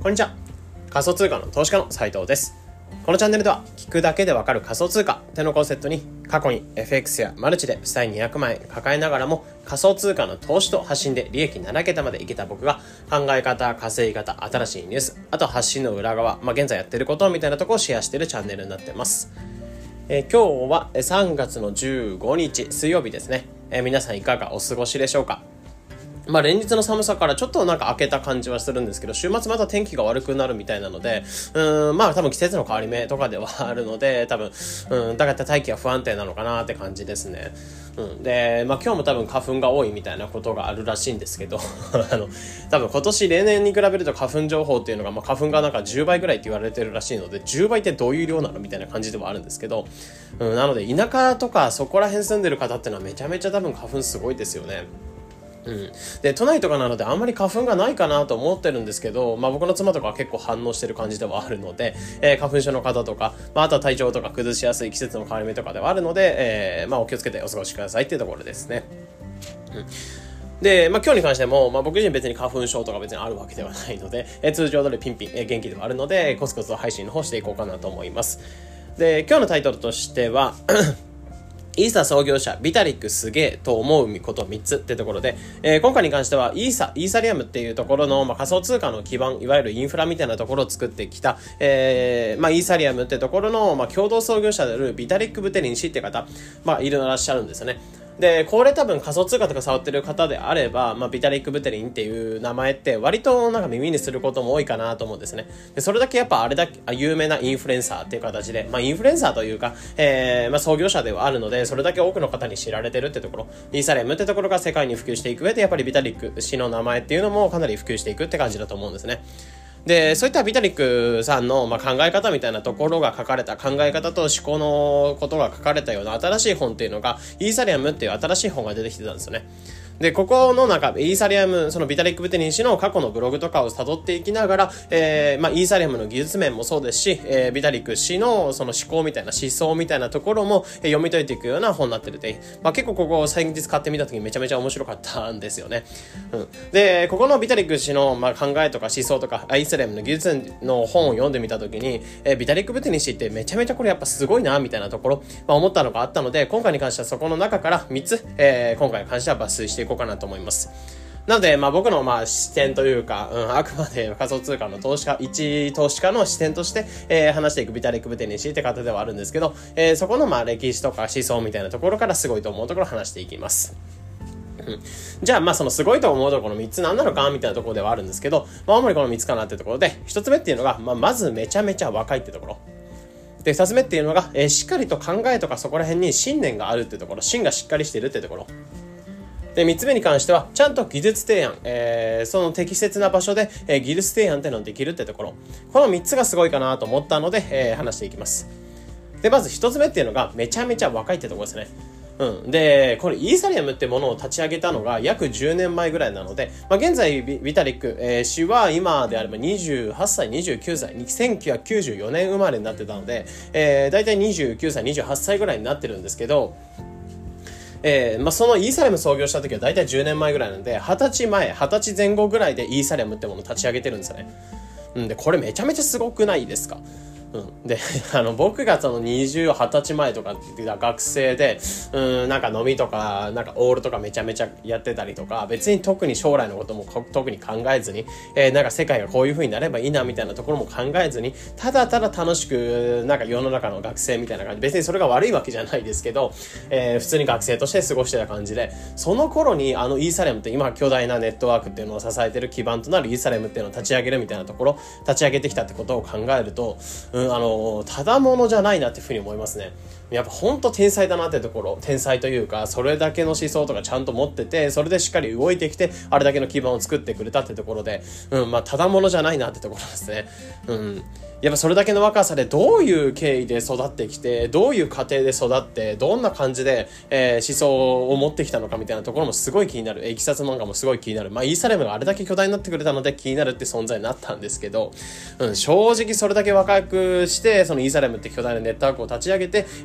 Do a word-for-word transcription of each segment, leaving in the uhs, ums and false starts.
こんにちは。仮想通貨の投資家の斉藤です。このチャンネルでは聞くだけでわかる仮想通貨ってのコンセプトに、過去に エフエックス やマルチで負債にひゃくまんえん抱えながらも仮想通貨の投資と発信で利益ななけたまでいけた僕が、考え方、稼ぎ方、新しいニュース、あと発信の裏側、まあ、現在やってることみたいなところをシェアしているチャンネルになってます。えー、今日はさんがつのじゅうごにち水曜日ですね。えー、皆さんいかがお過ごしでしょうか。まあ連日の寒さからちょっとなんか明けた感じはするんですけど、週末また天気が悪くなるみたいなので、うーん、まあ多分季節の変わり目とかではあるので、多分、うん、だから大気が不安定なのかなって感じですね。うん。で、まあ今日も多分花粉が多いみたいなことがあるらしいんですけど、あの、多分今年例年に比べると花粉情報っていうのが、まあ花粉がなんかじゅうばいぐらいって言われてるらしいので、じゅうばいってどういう量なのみたいな感じではあるんですけど、うん、なので田舎とかそこら辺住んでる方っていうのはめちゃめちゃ多分花粉すごいですよね。うん、で都内とかなのであんまり花粉がないかなと思ってるんですけど、まあ、僕の妻とかは結構反応してる感じではあるので、えー、花粉症の方とか、まあ、あとは体調とか崩しやすい季節の変わり目とかではあるので、えーまあ、お気をつけてお過ごしくださいっていうところですね。うんで、まあ、今日に関しても、まあ、僕自身別に花粉症とか別にあるわけではないので、えー、通常通りピンピン、えー、元気ではあるので、コツコツと配信の方していこうかなと思います。で、今日のタイトルとしてはイーサ創業者ビタリックすげえと思うことみっつってところで、えー、今回に関してはイーサ、イーサリアムっていうところの、まあ、仮想通貨の基盤、いわゆるインフラみたいなところを作ってきた、えー、まあ、イーサリアムってところの、まあ、共同創業者であるビタリック・ブテリン氏って方、まあ、いらっしゃるんですよね。で、これ多分仮想通貨とか触ってる方であれば、まあ、ビタリック・ブテリンっていう名前って割となんか耳にすることも多いかなと思うんですね。で、それだけやっぱあれだけ有名なインフルエンサーっていう形で、まあ、インフルエンサーというか、えー、まあ、創業者ではあるので、それだけ多くの方に知られてるってところ、イーサリアムってところが世界に普及していく上で、やっぱりビタリック氏の名前っていうのもかなり普及していくって感じだと思うんですね。で、そういったビタリックさんの、まあ、考え方みたいなところが書かれた、考え方と思考のことが書かれたような新しい本っていうのが、イーサリアムっていう新しい本が出てきてたんですよね。で、ここのなんか、イーサリアム、そのビタリック・ブテリン氏の過去のブログとかを辿っていきながら、えー、まあ、イーサリアムの技術面もそうですし、えー、ビタリック氏のその思考みたいな思想みたいなところも、えー、読み解いていくような本になってるで、まあ、結構ここを先日買ってみた時にめちゃめちゃ面白かったんですよね。うん。で、ここのビタリック氏の、まあ、考えとか思想とか、イーサリアムの技術の本を読んでみた時に、えー、ビタリック・ブテリン氏ってめちゃめちゃこれやっぱすごいな、みたいなところ、まあ、思ったのがあったので、今回に関してはそこの中からみっつ、えー、今回に関しては抜粋していこうかなと思います。なので、まあ僕のまあ視点というか、うん、あくまで仮想通貨の投資家、一投資家の視点として、えー、話していくビタリック・ブテリン氏って方ではあるんですけど、えー、そこのまあ歴史とか思想みたいなところからすごいと思うところを話していきます。うん、じゃあまあそのすごいと思うところのみっつ何なのかみたいなところではあるんですけど、まあ主にこのみっつかなってところで、ひとつめっていうのが、まあまずめちゃめちゃ若いってところ。で、ふたつめっていうのが、えー、しっかりと考えとかそこら辺に信念があるってところ、芯がしっかりしてるってところ。で、三つ目に関しては、ちゃんと技術提案、えー、その適切な場所で、えー、技術提案っていうのができるってところ。この三つがすごいかなと思ったので、えー、話していきます。で、まず一つ目っていうのが、めちゃめちゃ若いってところですね。うん。で、これイーサリアムってものを立ち上げたのが約じゅうねんまえぐらいなので、まあ、現在ビ、ビタリック、えー、氏は今であればにじゅうはっさい、にじゅうきゅうさい、せんきゅうひゃくきゅうじゅうよねん生まれになってたので、えー、だいたいにじゅうきゅうさい、にじゅうはっさいぐらいになってるんですけど、えー、まあ、そのイーサリアム創業した時はだいたいじゅうねんまえぐらいなんで、はたちまえ、はたちぜん後ぐらいでイーサリアムってものを立ち上げてるんですよね。うんで、これめちゃめちゃすごくないですか？うん、で、あの、僕がそのにじゅう、はたちまえとかって学生で、うん、なんか飲みとか、なんかオールとかめちゃめちゃやってたりとか、別に特に将来のことも特に考えずに、えー、なんか世界がこういう風になればいいなみたいなところも考えずに、ただただ楽しく、なんか世の中の学生みたいな感じ、別にそれが悪いわけじゃないですけど、えー、普通に学生として過ごしてた感じで、その頃にあのイーサリアムって今巨大なネットワークっていうのを支えてる基盤となるイーサリアムっていうのを立ち上げるみたいなところ、立ち上げてきたってことを考えると、うんあのただものじゃないなっていうふうに思いますね。やっぱ本当天才だなってところ、天才というかそれだけの思想とかちゃんと持ってて、それでしっかり動いてきてあれだけの基盤を作ってくれたってところで、うんまあただものじゃないなってところですね。うんやっぱそれだけの若さでどういう経緯で育ってきて、どういう家庭で育って、どんな感じで、えー、思想を持ってきたのかみたいなところもすごい気になる。いきさつ漫画もすごい気になる。まあイーサリアムがあれだけ巨大になってくれたので気になるって存在になったんですけど、うん、正直それだけ若くしてそのイーサリアムって巨大なネットワークを立ち上げて、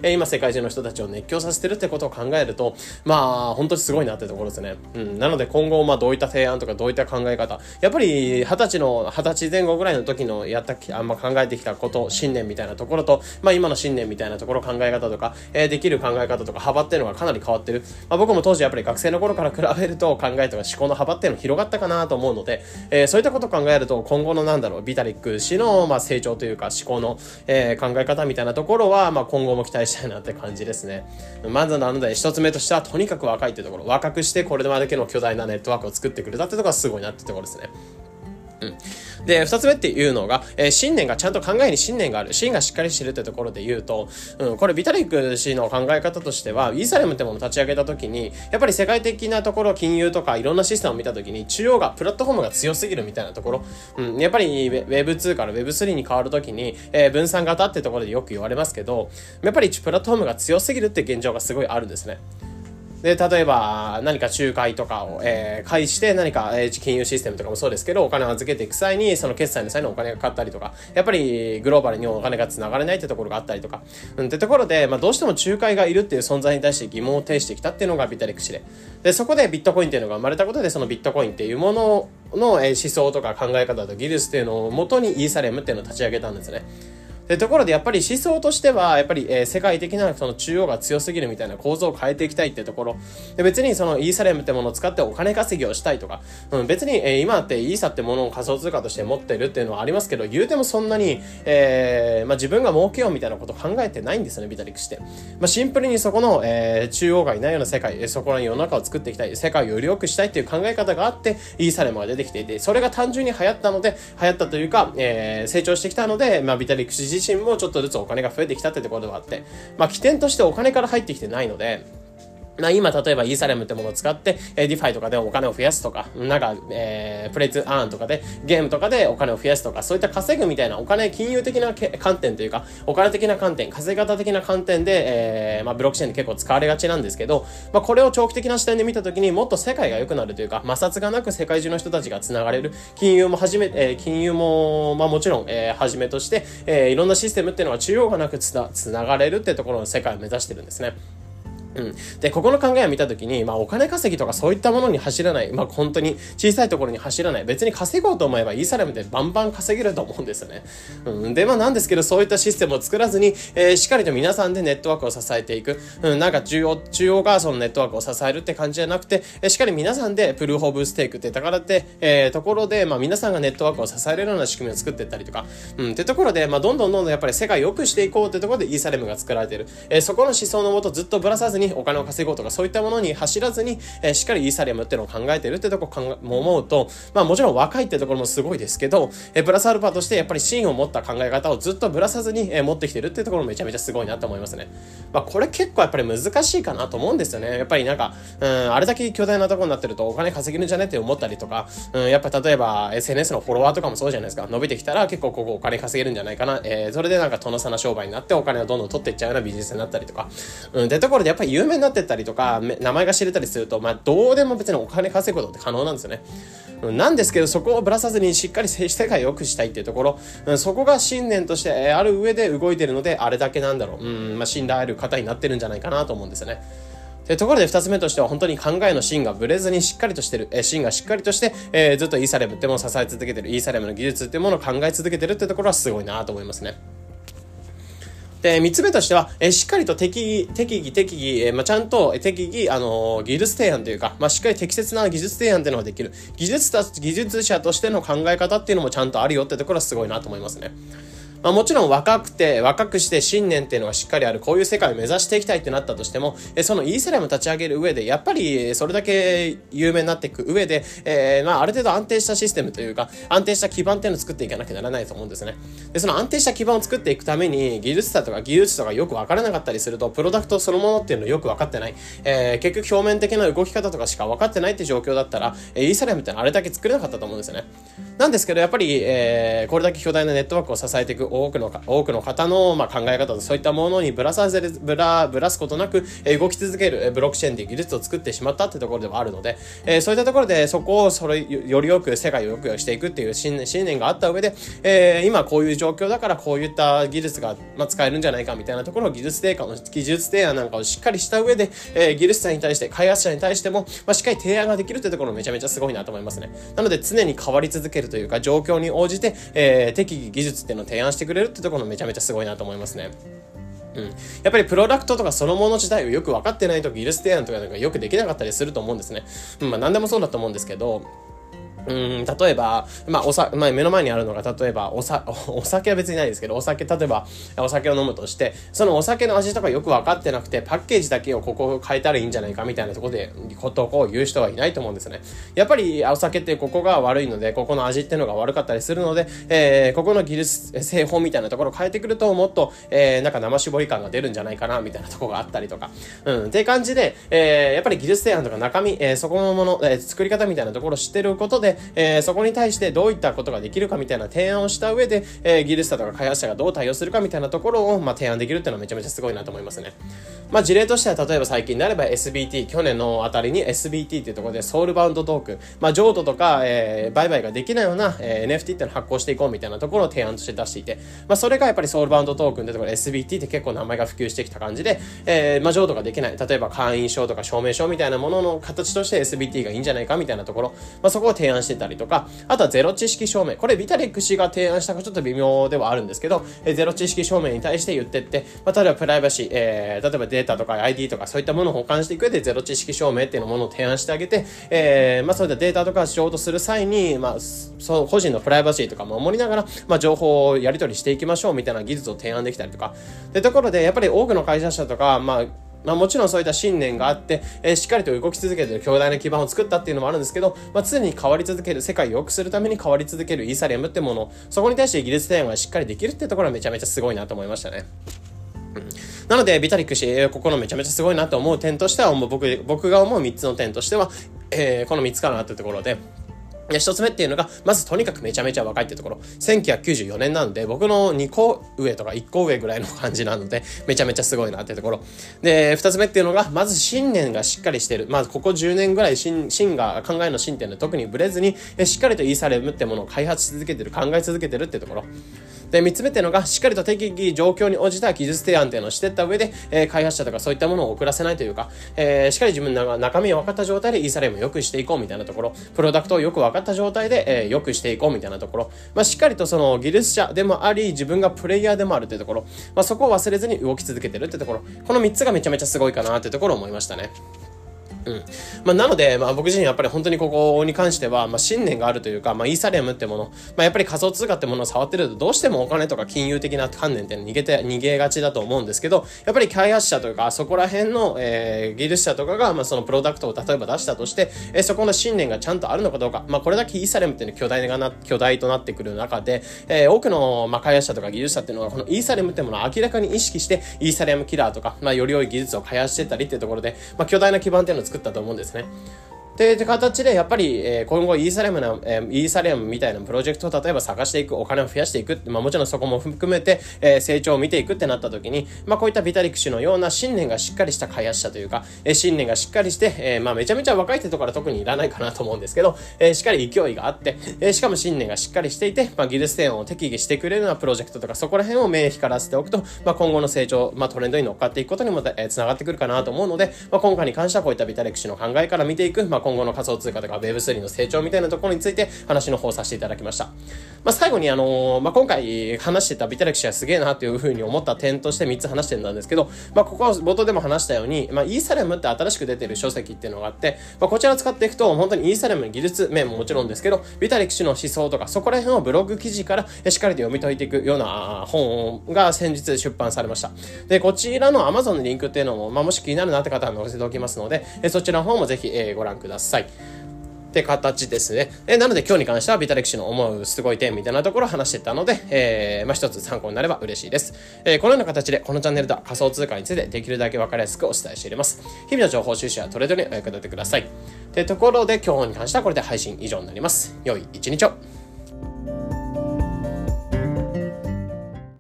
えー、今世界中の人たちを熱狂させてるってことを考えると、まあ本当にすごいなってところですね。うん、なので今後まあどういった提案とかどういった考え方、やっぱり二十歳の二十歳前後ぐらいの時のやったあんま考えてきたこと、信念みたいなところと、まあ今の信念みたいなところ、考え方とか、えー、できる考え方とか幅っていうのがかなり変わってる。まあ僕も当時やっぱり学生の頃から比べると考えとか思考の幅っていうのが広がったかなと思うので、えー、そういったことを考えると今後のなんだろうビタリック氏のまあ成長というか思考の、えー、考え方みたいなところはまあ今後も期待したいなって感じですね。まずなので一つ目としてはとにかく若いってところ、若くしてこれまでの巨大なネットワークを作ってくれたってところがすごいなってところですね。うん。で、二つ目っていうのが、えー、信念がちゃんと考えに信念がある、芯がしっかりしてるってところで言うと、うん、これビタリック氏の考え方としては、イーサレムってものを立ち上げた時に、やっぱり世界的なところ、金融とかいろんなシステムを見た時に、中央が、プラットフォームが強すぎるみたいなところ、うん、やっぱり ウェブツー から ウェブスリー に変わる時に、えー、分散型ってところでよく言われますけど、やっぱりプラットフォームが強すぎるって現状がすごいあるんですね。で、例えば何か仲介とかを、えー、介して何か、えー、金融システムとかもそうですけど、お金を預けていく際に、その決済の際のお金がかかったりとか、やっぱりグローバルにお金が繋がれないってところがあったりとか、うん、ってところで、まあどうしても仲介がいるっていう存在に対して疑問を呈してきたっていうのがビタリック氏で。で、そこでビットコインっていうのが生まれたことで、そのビットコインっていうものの、えー、思想とか考え方と技術っていうのを元にイーサレムっていうのを立ち上げたんですね。でところでやっぱり思想としてはやっぱり、えー、世界的なその中央が強すぎるみたいな構造を変えていきたいってところで、別にそのイーサレムってものを使ってお金稼ぎをしたいとか、うん、別に、えー、今ってイーサってものを仮想通貨として持ってるっていうのはありますけど、言うてもそんなに、えーまあ、自分が儲けようみたいなことを考えてないんですよね、ビタリックして、まあ、シンプルにそこの、えー、中央がいないような世界、そこの世の中を作っていきたい、世界をより良くしたいっていう考え方があってイーサレムが出てきていて、それが単純に流行ったので流行ったというか、えー、成長してきたので、まあ、ビタリック氏自身もちょっとずつお金が増えてきたってところではあって、まあ起点としてお金から入ってきてないので、まあ今例えばイーサレムってものを使って、えー、ディファイとかでお金を増やすとか、なんか、えー、プレイツアーンとかでゲームとかでお金を増やすとか、そういった稼ぐみたいなお金、金融的な観点というか、お金的な観点、稼ぎ方的な観点で、えー、まあブロックチェーンで結構使われがちなんですけど、まあこれを長期的な視点で見たときにもっと世界が良くなるというか、摩擦がなく世界中の人たちがつながれる、金融もはじめ、えー、金融も、まあもちろん、えー、はじめとして、えー、いろんなシステムっていうのは中央がなくつな、つながれるってところの世界を目指してるんですね。うん。で、ここの考えを見たときに、まあお金稼ぎとかそういったものに走らない、まあ本当に小さいところに走らない、別に稼ごうと思えばイーサレムでバンバン稼げると思うんですよね。うん。で、まあなんですけど、そういったシステムを作らずに、えー、しっかりと皆さんでネットワークを支えていく。うん、なんか中央、中央がそのネットワークを支えるって感じじゃなくて、えー、しっかり皆さんでプルーフオブステークって宝って、えー、ところで、まあ皆さんがネットワークを支えるような仕組みを作っていったりとか、うん、ってところで、まあどんどんどんどんやっぱり世界を良くしていこうってところでイーサレムが作られている。えー、そこの思想のもとずっとぶらさずにお金を稼ごうとかそういったものに走らずに、えー、しっかりイーサリアムっていうのを考えてるってとこ考えも思うと、まあもちろん若いってところもすごいですけど、えー、プラスアルファとしてやっぱり芯を持った考え方をずっとぶらさずに、えー、持ってきてるってところもめちゃめちゃすごいなと思いますね。まあこれ結構やっぱり難しいかなと思うんですよね。やっぱりなんか、うん、あれだけ巨大なところになってるとお金稼げるんじゃねって思ったりとか、うん、やっぱ例えば エスエヌエス のフォロワーとかもそうじゃないですか。伸びてきたら結構ここお金稼げるんじゃないかな。えー、それでなんか殿様商売になってお金をどんどん取っていっちゃうようなビジネスになったりとか、うん、ってところでやっぱり有名になってったりとか、名前が知れたりすると、まあどうでも別にお金稼ぐことって可能なんですよね。うん、なんですけど、そこをぶらさずにしっかり世界を良くしたいっていうところ、うん、そこが信念としてある上で動いてるので、あれだけなんだろう、うん、まあ信頼ある方になってるんじゃないかなと思うんですよね。でところで二つ目としては本当に考えの芯がぶれずにしっかりとしてる、えー、芯がしっかりとして、えー、ずっとイーサレムってものを支え続けてる、イーサレムの技術ってものを考え続けてるってところはすごいなと思いますね。で、三つ目としては、えー、しっかりと適宜、適宜、適宜、えー、まあ、ちゃんと、適宜、あのー、技術提案というか、まあ、しっかり適切な技術提案っていうのができる。技術た、技術者としての考え方っていうのもちゃんとあるよってところはすごいなと思いますね。まあ、もちろん若くて、若くして信念っていうのがしっかりある、こういう世界を目指していきたいってなったとしても、えそのイーサレムを立ち上げる上で、やっぱりそれだけ有名になっていく上で、えー、まあある程度安定したシステムというか、安定した基盤っていうのを作っていかなきゃならないと思うんですね。で、その安定した基盤を作っていくために、技術者とか技術とかよく分からなかったりすると、プロダクトそのものっていうのをよく分かってない。えー、結局表面的な動き方とかしか分かってないって状況だったら、イーサレムってのはあれだけ作れなかったと思うんですよね。なんですけど、やっぱり、えー、これだけ巨大なネットワークを支えていく、 多くの多くの方のまあ考え方とそういったものにぶらさせるぶらぶらすことなく、えー、動き続けるブロックチェーンという技術を作ってしまったってところではあるので、えー、そういったところでそこをそれよりよく世界をよくしていくっていう信念があった上で、えー、今こういう状況だからこういった技術が、まあ、使えるんじゃないかみたいなところを技術提案の技術提案なんかをしっかりした上で、えー、技術者に対して開発者に対しても、まあ、しっかり提案ができるというところめちゃめちゃすごいなと思いますね。なので常に変わり続けるというか状況に応じて、えー、適宜技術っていうのを提案してくれるってところめちゃめちゃすごいなと思いますね。うん、やっぱりプロダクトとかそのもの自体をよく分かってないと技術提案とかがよくできなかったりすると思うんですね。うん、まあ何でもそうだと思うんですけど、うん、例えば、まあ、おさ、まあ、目の前にあるのが、例えば、おさ、お酒は別にないですけど、お酒、例えば、お酒を飲むとして、そのお酒の味とかよく分かってなくて、パッケージだけをここを変えたらいいんじゃないかみたいなところで、ことを言う人はいないと思うんですね。やっぱり、お酒ってここが悪いので、ここの味っていうのが悪かったりするので、えー、ここの技術、製法みたいなところを変えてくると、もっと、えー、なんか生絞り感が出るんじゃないかな、みたいなところがあったりとか、うん、っていう感じで、えー、やっぱり技術提案とか中身、えー、そこのもの、えー、作り方みたいなところを知ってることで、えー、そこに対してどういったことができるかみたいな提案をした上で、えー、技術者とか開発者がどう対応するかみたいなところを、まあ、提案できるっていうのはめちゃめちゃすごいなと思いますね。まあ、事例としては例えば最近であれば エスビーティー、去年のあたりに エスビーティー っていうところでソウルバウンドトークン、まあ、譲渡とか、えー、売買ができないような、えー、エヌエフティー っていうのを発行していこうみたいなところを提案として出していて、まあ、それがやっぱりソウルバウンドトークンってところで エスビーティー って結構名前が普及してきた感じで、えー、まあ、譲渡ができない、例えば会員証とか証明書みたいなものの形として エスビーティー がいいんじゃないかみたいなところ、まあ、そこを提案してたりとか、あとはゼロ知識証明、これビタリック氏が提案したかちょっと微妙ではあるんですけど、えー、ゼロ知識証明に対して言ってって、まあ、例えばプライバシー、えー、例えばデータとか アイディー とかそういったものを保管していく上でゼロ知識証明っていうものを提案してあげて、えー、まあそういったデータとか譲渡する際に、まあ、その個人のプライバシーとか守りながら、まあ情報をやり取りしていきましょうみたいな技術を提案できたりとか、ってところでやっぱり多くの会社者とか、まあまあもちろんそういった信念があって、えー、しっかりと動き続けている強大な基盤を作ったっていうのもあるんですけど、まあ常に変わり続ける、世界を良くするために変わり続けるイーサリアムってもの、そこに対して技術提案がしっかりできるってところはめちゃめちゃすごいなと思いましたね。うん、なのでビタリック氏、ここのめちゃめちゃすごいなと思う点としては、もう僕僕が思うみっつの点としては、えー、このみっつかなってところで、一つ目っていうのが、まずとにかくめちゃめちゃ若いってところ。せんきゅうひゃくきゅうじゅうよねんなので、僕のにこ上とかいっこ上ぐらいの感じなので、めちゃめちゃすごいなってところ。で、二つ目っていうのが、まず信念がしっかりしてる。まずここじゅうねんぐらい信、信が、考えの信っていうのは特にブレずに、しっかりとイーサリアムってものを開発し続けてる、考え続けてるってところ。で、三つ目っていうのが、しっかりと適宜状況に応じた技術提案っていうのをしていった上で、えー、開発者とかそういったものを遅らせないというか、えー、しっかり自分の中身を分かった状態でイーサリアムを良くしていこうみたいなところ、プロダクトをよく分かった状態で、えー、良くしていこうみたいなところ、まあ、しっかりとその技術者でもあり、自分がプレイヤーでもあるというところ、まあ、そこを忘れずに動き続けてるってところ、この三つがめちゃめちゃすごいかなってところを思いましたね。うん。まあ、なので、まあ、僕自身やっぱり本当にここに関しては、まあ、信念があるというか、まあ、イーサリアムってもの、まあ、やっぱり仮想通貨ってものを触ってると、どうしてもお金とか金融的な観念って逃げて、逃げがちだと思うんですけど、やっぱり開発者とか、そこら辺の、えー、技術者とかが、まあ、そのプロダクトを例えば出したとして、えー、そこの信念がちゃんとあるのかどうか、まあ、これだけイーサリアムっていうのは巨大がな、巨大となってくる中で、えー、多くの、まあ、開発者とか技術者っていうのは、このイーサリアムってものを明らかに意識して、イーサリアムキラーとか、まあ、より良い技術を開発してたりっていうところで、まあ、巨大な基盤っていうのを作ったと思うんですね。で、って形で、やっぱり、えー、今後イーサリアムな、えー、イーサリアムみたいなプロジェクトを例えば探していく、お金を増やしていく、まあもちろんそこも含めて、えー、成長を見ていくってなった時に、まあこういったビタリック氏のような信念がしっかりした開発者というか、えー、信念がしっかりして、えー、まあめちゃめちゃ若いってところは特にいらないかなと思うんですけど、えー、しっかり勢いがあって、えー、しかも信念がしっかりしていて、まあ技術提案を適宜してくれるようなプロジェクトとか、そこら辺を目光らせておくと、まあ今後の成長、まあトレンドに乗っかっていくことにも、えー、繋がってくるかなと思うので、まあ今回に関してはこういったビタリック氏の考えから見ていく、まあ今後の仮想通貨とか ウェブスリー の成長みたいなところについて話の方させていただきました。まあ、最後にあのー、まあ、今回話してたビタリック氏はすげえなというふうに思った点としてみっつ話してたんですけど、まあ、ここは冒頭でも話したように、まあ、イーサリアムって新しく出てる書籍っていうのがあって、まあ、こちらを使っていくと本当にイーサリアムの技術面ももちろんですけど、ビタリック氏の思想とかそこら辺をブログ記事からしっかりと読み解いていくような本が先日出版されました。で、こちらの Amazon のリンクっていうのも、まあ、もし気になるなって方は載せておきますので、そちらの方もぜひご覧ください。って形ですね。えなので今日に関してはビタリック氏の思うすごい点みたいなところを話してたので、えー、まあ一つ参考になれば嬉しいです。えー、このような形でこのチャンネルでは仮想通貨についてできるだけ分かりやすくお伝えしています。日々の情報収集やトレードにお役立てください。というところで今日に関してはこれで配信以上になります。良い一日を。